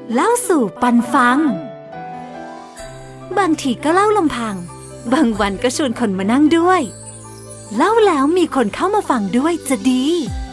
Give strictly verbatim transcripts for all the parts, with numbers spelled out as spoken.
เล่าสู่ปันฟังบางทีก็เล่าลำพังบางวันก็ชวนคนมานั่งด้วยเล่าแล้วมีคนเข้ามาฟังด้วยจะดี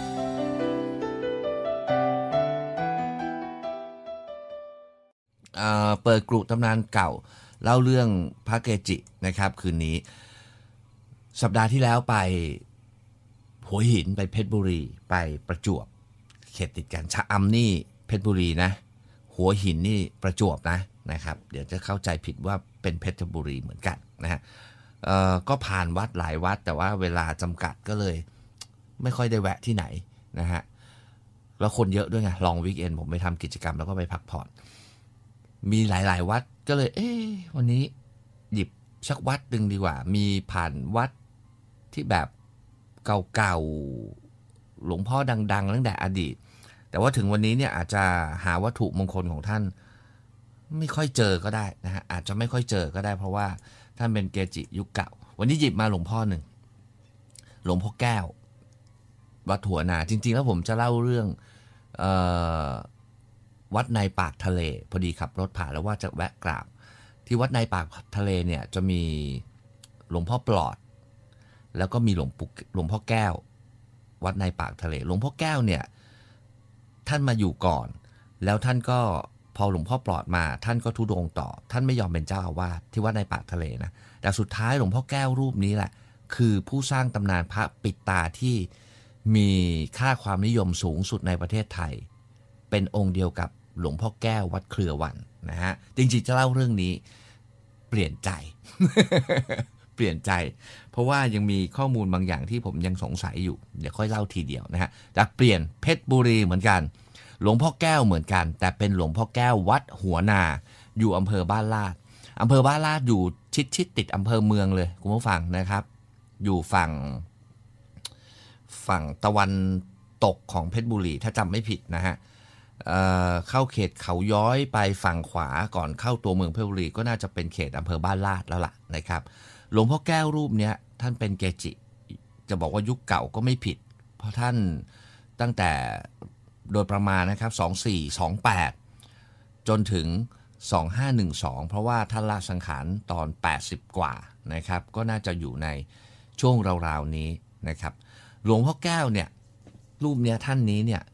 เอ่อเปิดกรุตำนานเก่าเล่าเรื่องพระเกจินะครับคืนนี้สัปดาห์ที่แล้วไปหัวหินไปเพชรบุรีไปประจวบเขตติดกันชะอำนี่เพชรบุรีนะหัวหินนี่ประจวบนะนะครับเดี๋ยวจะเข้าใจผิดว่าเป็นเพชรบุรีเหมือนกันนะฮะเอ่อก็ผ่านวัดหลายวัดแต่ว่าเวลาจำกัดก็เลยไม่ค่อยได้แวะที่ไหนนะฮะแล้วคนเยอะด้วยไงลองวีคเอนด์ผมไปทำกิจกรรมแล้วก็ไปพักผ่อนมีหลายๆวัดก็เลยเอ๊ะวันนี้หยิบสักวัดหนึ่งดีกว่ามีผ่านวัดที่แบบเก่าๆหลวงพ่อดังๆตั้งแต่อดีตแต่ว่าถึงวันนี้เนี่ยอาจจะหาวัตถุมงคลของท่านไม่ค่อยเจอก็ได้นะฮะอาจจะไม่ค่อยเจอก็ได้เพราะว่าท่านเป็นเกจิยุคเก่าวันนี้หยิบมาหลวงพ่อหนึ่งหลวงพ่อแก้ววัดหัวนาจริงๆแล้วผมจะเล่าเรื่องเอ่อวัดในปากทะเลพอดีขับรถผ่านแล้วว่าจะแวะกราบที่วัดในปากทะเลเนี่ยจะมีหลวงพ่อปลอดแล้วก็มีหลวงปู่หลวงพ่อแก้ววัดในปากทะเลหลวงพ่อแก้วเนี่ยท่านมาอยู่ก่อนแล้วท่านก็พอหลวงพ่อปลอดมาท่านก็ทุดงต่อท่านไม่ยอมเป็นเจ้าอาวาสที่วัดในปากทะเลนะแต่สุดท้ายหลวงพ่อแก้วรูปนี้แหละคือผู้สร้างตำนานพระปิดตาที่มีค่าความนิยมสูงสุดในประเทศไทยเป็นองค์เดียวกับหลวงพ่อแก้ววัดเครือวันนะฮะจริงๆจะเล่าเรื่องนี้เปลี่ยนใจ เปลี่ยนใจเพราะว่ายังมีข้อมูลบางอย่างที่ผมยังสงสัยอยู่เดี๋ยวค่อยเล่าทีเดียวนะฮะแต่เปลี่ยนเพชรบุรีเหมือนกันหลวงพ่อแก้วเหมือนกันแต่เป็นหลวงพ่อแก้ววัดหัวนาอยู่อำเภอบ้านลาดอำเภอบ้านลาดอยู่ชิดชิดติดอำเภอเมืองเลยคุณผู้ฟังนะครับอยู่ฝั่งฝั่งตะวันตกของเพชรบุรีถ้าจำไม่ผิดนะฮะ เอ่อเข้าเขตเขาย้อยไปฝั่งขวาก่อนเข้าตัวเมืองเพชรบุรีก็น่าจะเป็นเขตอำเภอบ้านลาดแล้วล่ะนะครับหลวงพ่อแก้วรูปเนี้ยท่านเป็นเกจิจะบอกว่ายุคเก่าก็ไม่ผิดเพราะท่านตั้งแต่โดยประมาณนะครับสองพันสี่ร้อยยี่สิบแปดจนถึงสองพันห้าร้อยสิบสองเพราะว่าท่านละสังขารตอนแปดสิบกว่านะครับก็น่าจะอยู่ในช่วงราวๆนี้นะครับหลวงพ่อแก้วเนี่ยรูปเนี้ยท่านนี้เนี่ย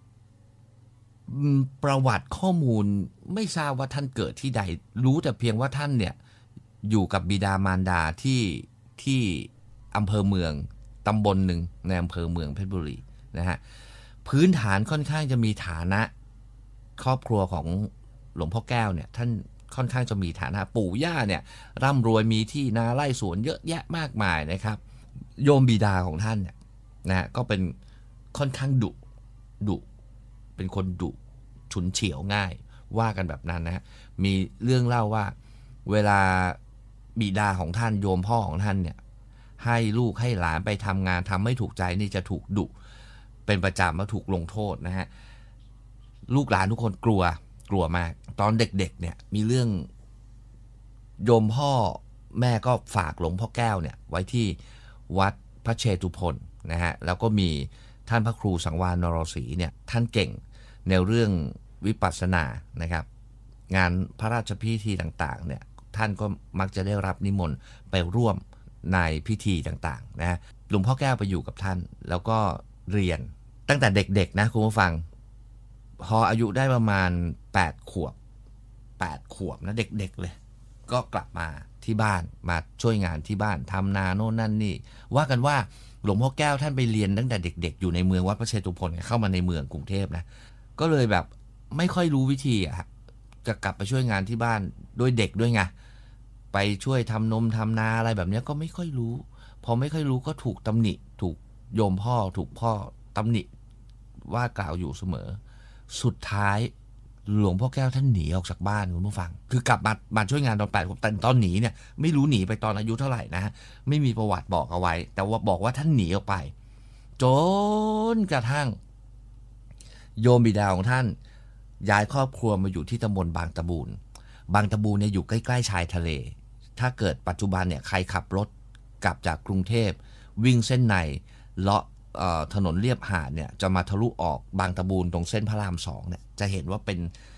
ประวัติข้อมูลไม่ทราบว่าท่านเกิดที่ใดรู้แต่เพียงว่าท่านเนี่ยอยู่กับบิดามารดาที่ที่อำเภอเมืองตำบลหนึ่งในอำเภอเมืองเพชรบุรีนะฮะพื้นฐานค่อนข้างจะมีฐานะครอบครัวของหลวงพ่อแก้วเนี่ยท่านค่อนข้างจะมีฐานะปู่ย่าเนี่ยร่ำรวยมีที่นาไร่สวนเยอะแยะมากมายนะครับโยมบิดาของท่านเนี่ยนะก็เป็นค่อนข้างดุดุเป็นคนดุฉุนเฉียวง่ายว่ากันแบบนั้นนะฮะมีเรื่องเล่าว่าเวลาบิดาของท่านโยมพ่อของท่านเนี่ยให้ลูกให้หลานไปทำงานทำไม่ถูกใจนี่จะถูกดุเป็นประจำแล้วถูกลงโทษนะฮะลูกหลานทุกคนกลัวกลัวมากตอนเด็กๆเนี่ยมีเรื่องโยมพ่อแม่ก็ฝากหลวงพ่อแก้วเนี่ยไว้ที่วัดพระเชตุพนนะฮะแล้วก็มีท่านพระครูสังวานนรศรีเนี่ยท่านเก่งในเรื่องวิปัสสนานะครับงานพระราชพิธีต่างๆเนี่ยท่านก็มักจะได้รับนิมนต์ไปร่วมในพิธีต่างๆนะฮะหลวงพ่อแก้วไปอยู่กับท่านแล้วก็เรียนตั้งแต่เด็กๆนะคุณผู้ฟังพออายุได้ประมาณแปดขวบแปดขวบนะเด็กๆเลยก็กลับมาที่บ้านมาช่วยงานที่บ้านทำนาโน่นนั่นนี่ว่ากันว่าหลวงพ่อแก้วท่านไปเรียนตั้งแต่เด็กๆอยู่ในเมืองวัดพระเชตุพนเข้ามาในเมืองกรุงเทพนะก็เลยแบบไม่ค่อยรู้วิธีอ่ะจะกลับไปช่วยงานที่บ้านด้วยเด็กด้วยไงไปช่วยทำนมทำนาอะไรแบบนี้ก็ไม่ค่อยรู้พอไม่ค่อยรู้ก็ถูกตำหนิถูกโยมพ่อถูกพ่อตำหนิว่ากล่าวอยู่เสมอสุดท้ายหลวงพ่อแก้วท่านหนีออกจากบ้านคุณผู้ฟังคือกลับมามาช่วยงานตอนแปดขวบแต่ตอนหนีเนี่ยไม่รู้หนีไปตอนอายุเท่าไหร่นะไม่มีประวัติบอกเอาไว้แต่ว่าบอกว่าท่านหนีออกไปจนกระทั่งโยมบิดาของท่านย้ายครอบครัวมาอยู่ที่ตำบลบางตะบูนบางตะบูนเนี่ยอยู่ใกล้ๆชายทะเลถ้าเกิดปัจจุบันเนี่ยใครขับรถกลับจากกรุงเทพวิ่งเส้นในเลาะถนนเลียบหาดเนี่ยจะมาทะลุออกบางตะบูนตรงเส้นพระรามสองเนี่ยจะเห็นว่าเป็น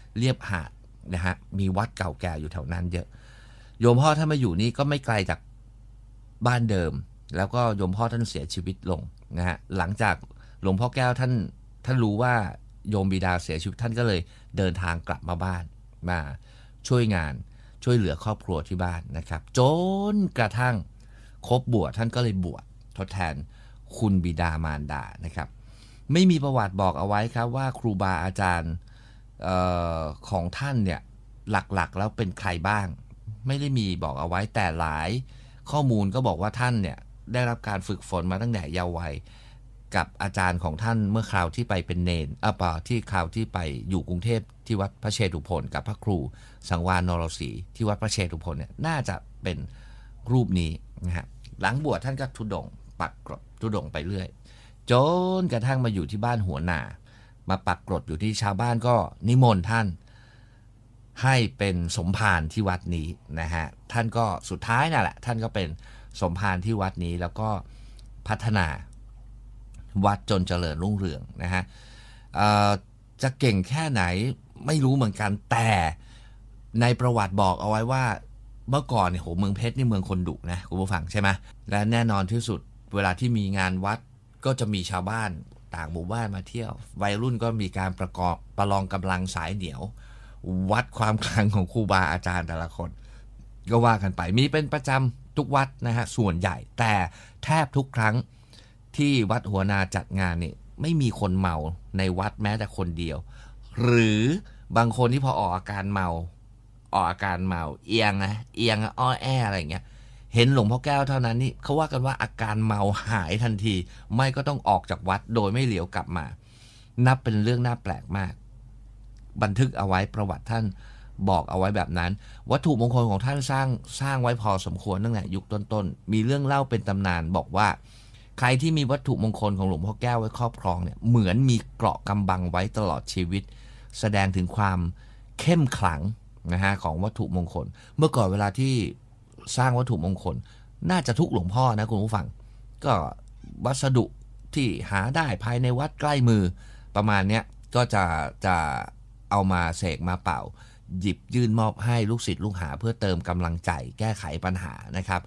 เรียบหาดนะฮะมีวัดเก่าแก่อยู่แถวนั้นเยอะโยมพ่อท่านมาอยู่นี่ก็ไม่ไกลจากบ้านเดิมแล้วก็โยมพ่อท่านเสียชีวิตลงนะฮะหลังจากหลวงพ่อแก้วท่านท่านรู้ว่าโยมบิดาเสียชีวิตท่านก็เลยเดินทางกลับมาบ้านมาช่วยงานช่วยเหลือครอบครัวที่บ้านนะครับจนกระทั่งครบบวชท่านก็เลยบวชทดแทนคุณบิดามารดานะครับไม่มีประวัติบอกเอาไว้ครับว่าครูบาอาจารย์ออของท่านเนี่ยหลักๆแล้วเป็นใครบ้างไม่ได้มีบอกเอาไว้แต่หลายข้อมูลก็บอกว่าท่านเนี่ยได้รับการฝึกฝนมาตั้งแต่เยาว์วัยกับอาจารย์ของท่านเมื่อคราวที่ไปเป็นเนนอ่ะป่ะที่คราวที่ไปอยู่กรุงเทพที่วัดพระเชตุพนกับพระครูสังวานนรศรีที่วัดพระเชตุพนเนี่ยน่าจะเป็นรูปนี้นะฮะหลังบวชท่านก็ทุดงปักกรดทุดงไปเรื่อยจนกระทั่งมาอยู่ที่บ้านหัวนามาปักกรดอยู่ที่ชาวบ้านก็นิมนต์ท่านให้เป็นสมภารที่วัดนี้นะฮะท่านก็สุดท้ายนั่นแหละท่านก็เป็นสมภารที่วัดนี้แล้วก็พัฒนาวัดจนเจริญรุ่งเรืองนะฮะจะเก่งแค่ไหนไม่รู้เหมือนกันแต่ในประวัติบอกเอาไว้ว่าเมื่อก่อนเนี่ยโหเมืองเพชรนี่เมืองคนดุนะคุณผู้ฟังใช่ไหมและแน่นอนที่สุดเวลาที่มีงานวัดก็จะมีชาวบ้านต่างหมู่บ้านมาเที่ยววัยรุ่นก็มีการประกอบประลองกำลังสายเหนียววัดความขลังของครูบาอาจารย์แต่ละคนก็ว่ากันไปมีเป็นประจำทุกวัดนะฮะส่วนใหญ่แต่แทบทุกครั้งที่วัดหัวนาจัดงานนี่ไม่มีคนเมาในวัดแม้แต่คนเดียวหรือบางคนที่พอออกอาการเมาออกอาการเมาเอียงนะเอียงอ้อแออะไรอย่างเงี้ยเห็นหลวงพ่อแก้วเท่านั้นนี่เขาว่ากันว่าอาการเมาหายทันทีไม่ก็ต้องออกจากวัดโดยไม่เหลียวกลับมานับเป็นเรื่องน่าแปลกมากบันทึกเอาไว้ประวัติท่านบอกเอาไว้แบบนั้นวัตถุมงคลของท่านสร้างสร้างไว้พอสมควรตั้งแต่ยุคต้นๆมีเรื่องเล่าเป็นตำนานบอกว่าใครที่มีวัตถุมงคลของหลวงพ่อแก้วไว้ครอบครองเนี่ยเหมือนมีเกราะกำบังไว้ตลอดชีวิตแสดงถึงความเข้มขลังนะฮะของวัตถุมงคลเมื่อก่อนเวลาที่สร้างวัตถุมงคลน่าจะทุกหลวงพ่อนะคุณผู้ฟังก็วัสดุที่หาได้ภายในวัดใกล้มือประมาณเนี้ยก็จะจะเอามาเสกมาเป่าหยิบยื่นมอบให้ลูกศิษย์ลูกหาเพื่อเติมกำลังใจแก้ไขปัญหานะครับ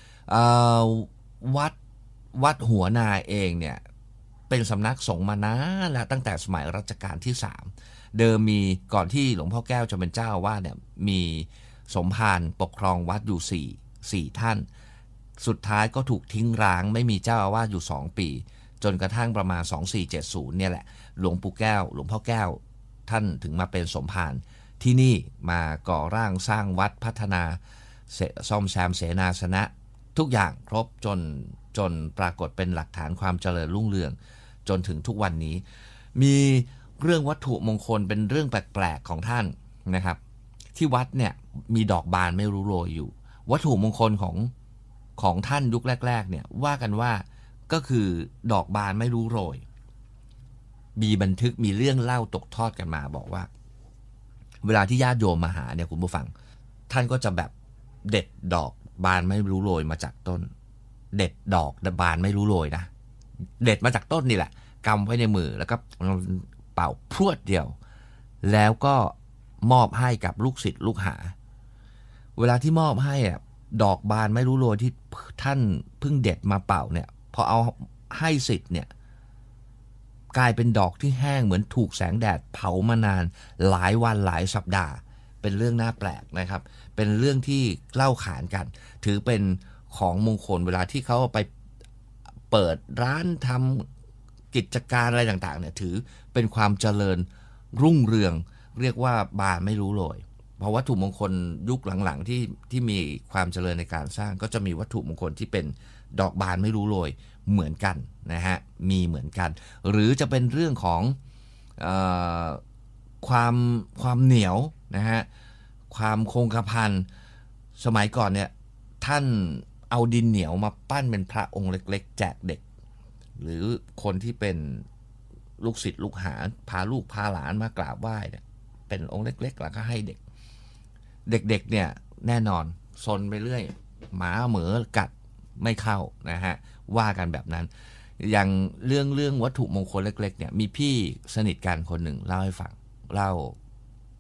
วัดวัดหัวนาเองเนี่ยเป็นสำนักสงฆ์มานานแล้วตั้งแต่สมัยรัชกาลที่สามเดิมมีก่อนที่หลวงพ่อแก้วจะเป็นเจ้าอาวาสเนี่ยมีสมภารปกครองวัดอยู่สี่สี่ท่านสุดท้ายก็ถูกทิ้งร้างไม่มีเจ้าอาวาสอยู่สองปีจนกระทั่งประมาณสองสี่เจ็ดศูนย์เนี่ยแหละหลวงปู่แก้วหลวงพ่อแก้วท่านถึงมาเป็นสมภารที่นี่มาก่อร่างสร้างวัดพัฒนาซ่อมแซมเสนาสนะทุกอย่างครบจนจนปรากฏเป็นหลักฐานความเจริญรุ่งเรืองจนถึงทุกวันนี้มีเรื่องวัตถุมงคลเป็นเรื่องแปลกๆของท่านนะครับที่วัดเนี่ยมีดอกบานไม่รู้โรยอยู่วัตถุมงคลของของท่านยุคแรกๆเนี่ยว่ากันว่าก็คือดอกบานไม่รู้โรยมีบันทึกมีเรื่องเล่าตกทอดกันมาบอกว่าเวลาที่ญาติโยมมาหาเนี่ยคุณผู้ฟังท่านก็จะแบบเด็ดดอกบานไม่รู้โรยมาจากต้นเด็ดดอกบานไม่รู้โรยนะเด็ดมาจากต้นนี่แหละกำไว้ในมือแล้วก็เป่าพรวดเดียวแล้วก็มอบให้กับลูกศิษย์ลูกหาเวลาที่มอบให้อ่ะดอกบานไม่รู้โรยที่ท่านเพิ่งเด็ดมาเป่าเนี่ยพอเอาให้ศิษย์เนี่ยกลายเป็นดอกที่แห้งเหมือนถูกแสงแดดเผามานานหลายวันหลายสัปดาห์เป็นเรื่องน่าแปลกนะครับเป็นเรื่องที่เล่าขานกันถือเป็นของมงคลเวลาที่เขาไปเปิดร้านทำกิจการอะไรต่างๆเนี่ยถือเป็นความเจริญรุ่งเรืองเรียกว่าบานไม่รู้โรยเพราะวัตถุมงคลยุคหลังๆที่ที่มีความเจริญในการสร้างก็จะมีวัตถุมงคลที่เป็นดอกบานไม่รู้โรยเหมือนกันนะฮะมีเหมือนกันหรือจะเป็นเรื่องของเอ่อความความเหนียวนะฮะความคงกระพันสมัยก่อนเนี่ยท่านเอาดินเหนียวมาปั้นเป็นพระองค์เล็กๆแจกเด็กหรือคนที่เป็นลูกศิษย์ลูกหาพาลูกพาหลานมากราบไหว้เนี่ยเป็นองค์เล็กๆแล้วก็ให้เด็กเด็กๆเนี่ยแน่นอนซนไปเรื่อยหมาเหมือกัดไม่เข้านะฮะว่ากันแบบนั้นอย่างเรื่องเรื่องวัตถุมงคลเล็กๆเนี่ยมีพี่สนิทกันคนหนึ่งเล่าให้ฟังเล่า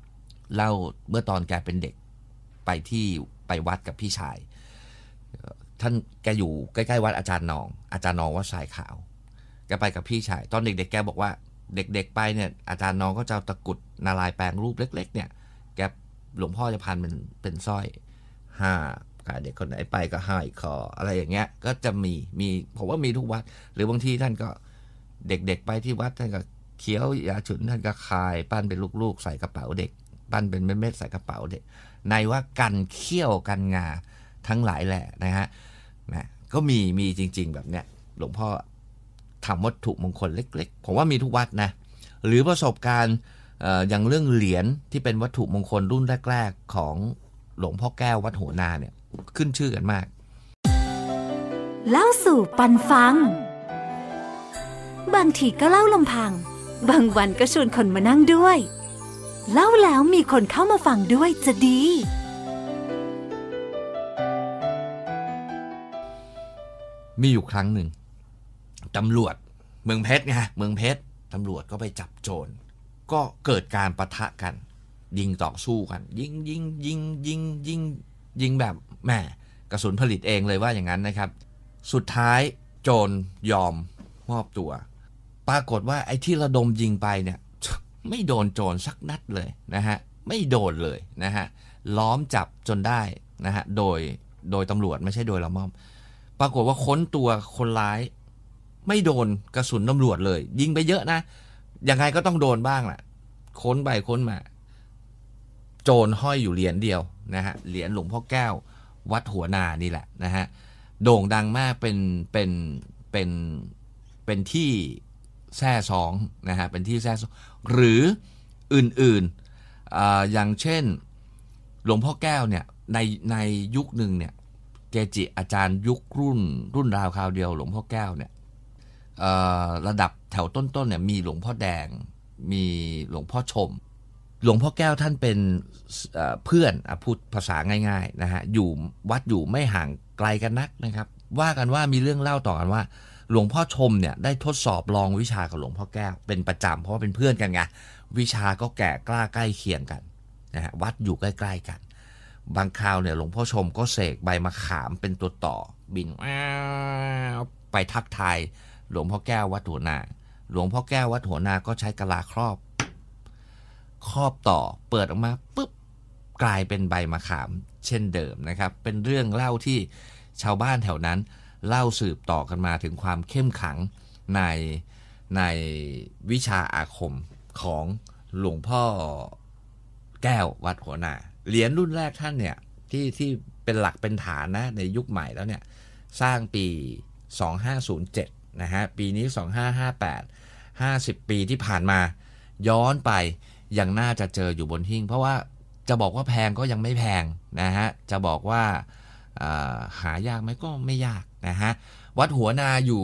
เล่าเมื่อตอนแกเป็นเด็กไปที่ไปวัดกับพี่ชายท่านแกอยู่ใกล้ๆวัดอาจารย์นองอาจารย์นองวัดทรายขาวแกไปกับพี่ชายตอนเด็กๆแกบอกว่าเด็กๆไปเนี่ยอาจารย์น้องก็จะตะกุดนารายแปลงรูปเล็กๆเนี่ยแกหลวงพ่อจะพันเป็นเป็นสร้อยห้าเด็กคนไหนไปก็ห้อยคออะไรอย่างเงี้ยก็จะมีมีผมว่ามีทุกวัดหรือบางทีท่านก็เด็กๆไปที่วัดท่านก็เคี้ยวยาฉุนท่านก็คายปั้นเป็นลูกๆใส่กระเป๋าเด็กปั้นเป็นเม็ดๆใส่กระเป๋าเด็กในว่ากันเขี้ยวกันงาทั้งหลายแหละนะฮะนะก็มีมีจริงๆแบบเนี้ยหลวงพ่อทำวัตถุมงคลเล็กๆผมว่ามีทุกวัดนะหรือประสบการณ์อย่างเรื่องเหรียญที่เป็นวัตถุมงคลรุ่นแรกๆของหลวงพ่อแก้ววัดหัวนาเนี่ยขึ้นชื่อกันมากเล่าสู่ปันฟังบางทีก็เล่าลำพังบางวันก็ชวนคนมานั่งด้วยเล่าแล้วมีคนเข้ามาฟังด้วยจะดีมีอยู่ครั้งหนึ่งตำรวจเมืองเพชรไงเมืองเพชรตำรวจก็ไปจับโจรก็เกิดการปะทะกันยิงต่อสู้กันยิงยิงยิงยิงยิงยิงแบบแหมกระสุนผลิตเองเลยว่าอย่างนั้นนะครับสุดท้ายโจรยอมมอบตัวปรากฏว่าไอ้ที่ระดมยิงไปเนี่ยไม่โดนโจรสักนัดเลยนะฮะไม่โดนเลยนะฮะล้อมจับจนได้นะฮะโดยโดยตำรวจไม่ใช่โดยละม่อมปรากฏว่าค้นตัวคนร้ายไม่โดนกระสุนตำรวจเลยยิงไปเยอะนะยังไงก็ต้องโดนบ้างแหละค้นไปค้นมาโจรห้อยอยู่เหรียญเดียวนะฮะเหรียญหลวงพ่อแก้ววัดหัวนานี่แหละนะฮะโด่งดังมากเป็นเป็นเป็นเป็นที่แซ่ซองนะฮะเป็นที่แซ่ซองหรืออื่นๆ อ, อย่างเช่นหลวงพ่อแก้วเนี่ยในในยุคหนึ่งเนี่ยเกจิอาจารย์ยุครุ่นรุ่นราวคราวเดียวหลวงพ่อแก้วเนี่ยระดับแถวต้นๆเนี่ยมีหลวงพ่อแดงมีหลวงพ่อชมหลวงพ่อแก้วท่านเป็นเพื่อนพูดภาษาง่ายๆนะฮะอยู่วัดอยู่ไม่ห่างไกลกันนักนะครับว่ากันว่ามีเรื่องเล่าต่อกันว่าหลวงพ่อชมเนี่ยได้ทดสอบลองวิชากับหลวงพ่อแก้วเป็นประจำเพราะว่าเป็นเพื่อนกันไงวิชาก็แก่กล้าใกล้เคียงกันนะฮะวัดอยู่ใกล้ๆกันบางคราวเนี่ยหลวงพ่อชมก็เสกใบมะขามเป็นตัวต่อบินไปทักทายหลวงพ่อแก้ววัดหัวนาหลวงพ่อแก้ววัดหัวนาก็ใช้กะลาครอบครอบต่อเปิดออกมาปุ๊บกลายเป็นใบมะขามเช่นเดิมนะครับเป็นเรื่องเล่าที่ชาวบ้านแถวนั้นเล่าสืบต่อกันมาถึงความเข้มขังในในวิชาอาคมของหลวงพ่อแก้ววัดหัวนาเหรียญรุ่นแรกท่านเนี่ยที่ที่เป็นหลักเป็นฐานนะในยุคใหม่แล้วเนี่ยสร้างปีสองพันห้าร้อยเจ็ดนะฮะปีนี้สองพันห้าร้อยห้าสิบแปด ห้าสิบปีที่ผ่านมาย้อนไปยังน่าจะเจออยู่บนหิ้งเพราะว่าจะบอกว่าแพงก็ยังไม่แพงนะฮะจะบอกว่าหายากไหมก็ไม่ยากนะฮะวัดหัวนาอยู่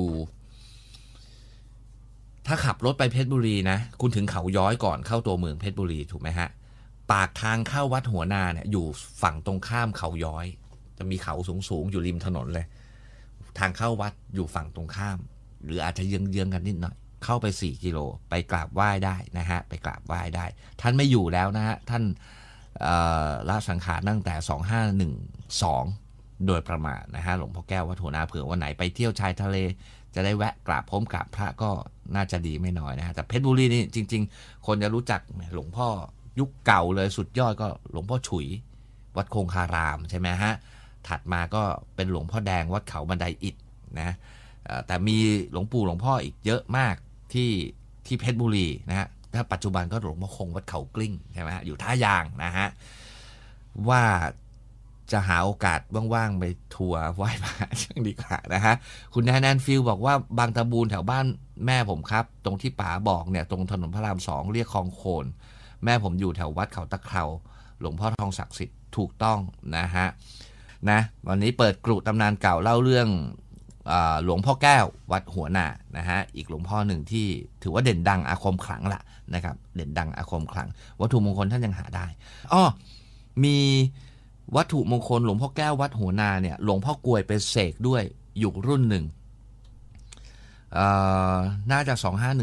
ถ้าขับรถไปเพชรบุรีนะคุณถึงเขาย้อยก่อนเข้าตัวเมืองเพชรบุรีถูกไหมฮะปากทางเข้าวัดหัวนาเนี่ยอยู่ฝั่งตรงข้ามเขาย้อยจะมีเขาสูงๆอยู่ริมถนนเลยทางเข้าวัดอยู่ฝั่งตรงข้ามหรืออาจจะเยื้องๆกันนิดหน่อยเข้าไปสี่กิโลไปกราบไหว้ได้นะฮะไปกราบไหว้ได้ท่านไม่อยู่แล้วนะฮะท่านละสังขารตั้งแต่สองพันห้าร้อยสิบสองโดยประมาณนะฮะหลวงพ่อแก้ววัดหัวนาเผื่อวันไหนไปเที่ยวชายทะเลจะได้แวะกราบพร้อมกราบพระก็น่าจะดีไม่น้อยนะฮะแต่เพชรบุรีนี่จริงๆคนจะรู้จักหลวงพ่อยุคเก่าเลยสุดยอดก็หลวงพ่อฉุยวัดคงคารามใช่ไหมฮะถัดมาก็เป็นหลวงพ่อแดงวัดเขาบันไดอิฐนะแต่มีหลวงปู่หลวงพ่ออีกเยอะมากที่ที่เพชรบุรีนะฮะถ้าปัจจุบันก็หลวงพ่อคงวัดเขากลิ้งใช่ไหมฮะอยู่ท่ายางนะฮะว่าจะหาโอกาสว่างๆไปทัวร์ไหว้พระช่างดีกว่านะฮะคุณแนนฟิลบอกว่าบางตะบูนแถวบ้านแม่ผมครับตรงที่ป๋าบอกเนี่ยตรงถนนพระรามสองเรียกคลองโคนแม่ผมอยู่แถววัดเขาตะเคราหลวงพ่อทองศักดิ์สิทธิ์ถูกต้องนะฮะนะวันนี้เปิดกรุตำนานเก่าเล่าเรื่องหลวงพ่อแก้ววัดหัวนานะฮะอีกหลวงพ่อหนึ่งที่ถือว่าเด่นดังอาคมขลังละนะครับเด่นดังอาคมขลังวัตถุมงคลท่านยังหาได้อ้อมีวัตถุมงคลหลวงพ่อแก้ววัดหัวนาเนี่ยหลวงพ่อกลวยเป็นเสกด้วยอยู่รุ่นหนึ่งน่าจะสองพันห้าร้อยสิบเอ็ด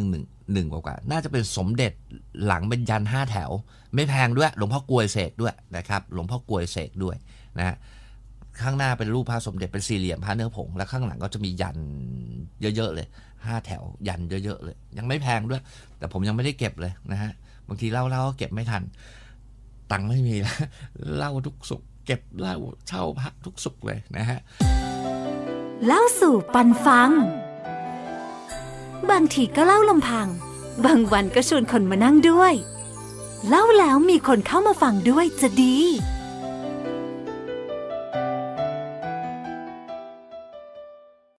หนึ่งกว่าๆน่าจะเป็นสมเด็จหลังเป็นยันห้าแถวไม่แพงด้วยหลวงพ่อกลวยเสกด้วยนะครับหลวงพ่อกลวยเสกด้วยนะฮะข้างหน้าเป็นรูปพระสมเด็จเป็นสี่เหลี่ยมพระเนื้อผงแล้วข้างหลังก็จะมียันเยอะๆเลยห้าแถวยันเยอะๆเลยยังไม่แพงด้วยแต่ผมยังไม่ได้เก็บเลยนะฮะบางทีเล่าเล่าก็เก็บไม่ทันตังค์ไม่มีแล้วเล่าทุกสุขเก็บเล่าเช่าพระทุกสุขเลยนะฮะเล่าสู่ปันฟังบางทีก็เล่าลำพังบางวันก็ชวนคนมานั่งด้วยเล่าแล้วมีคนเข้ามาฟังด้วยจะดี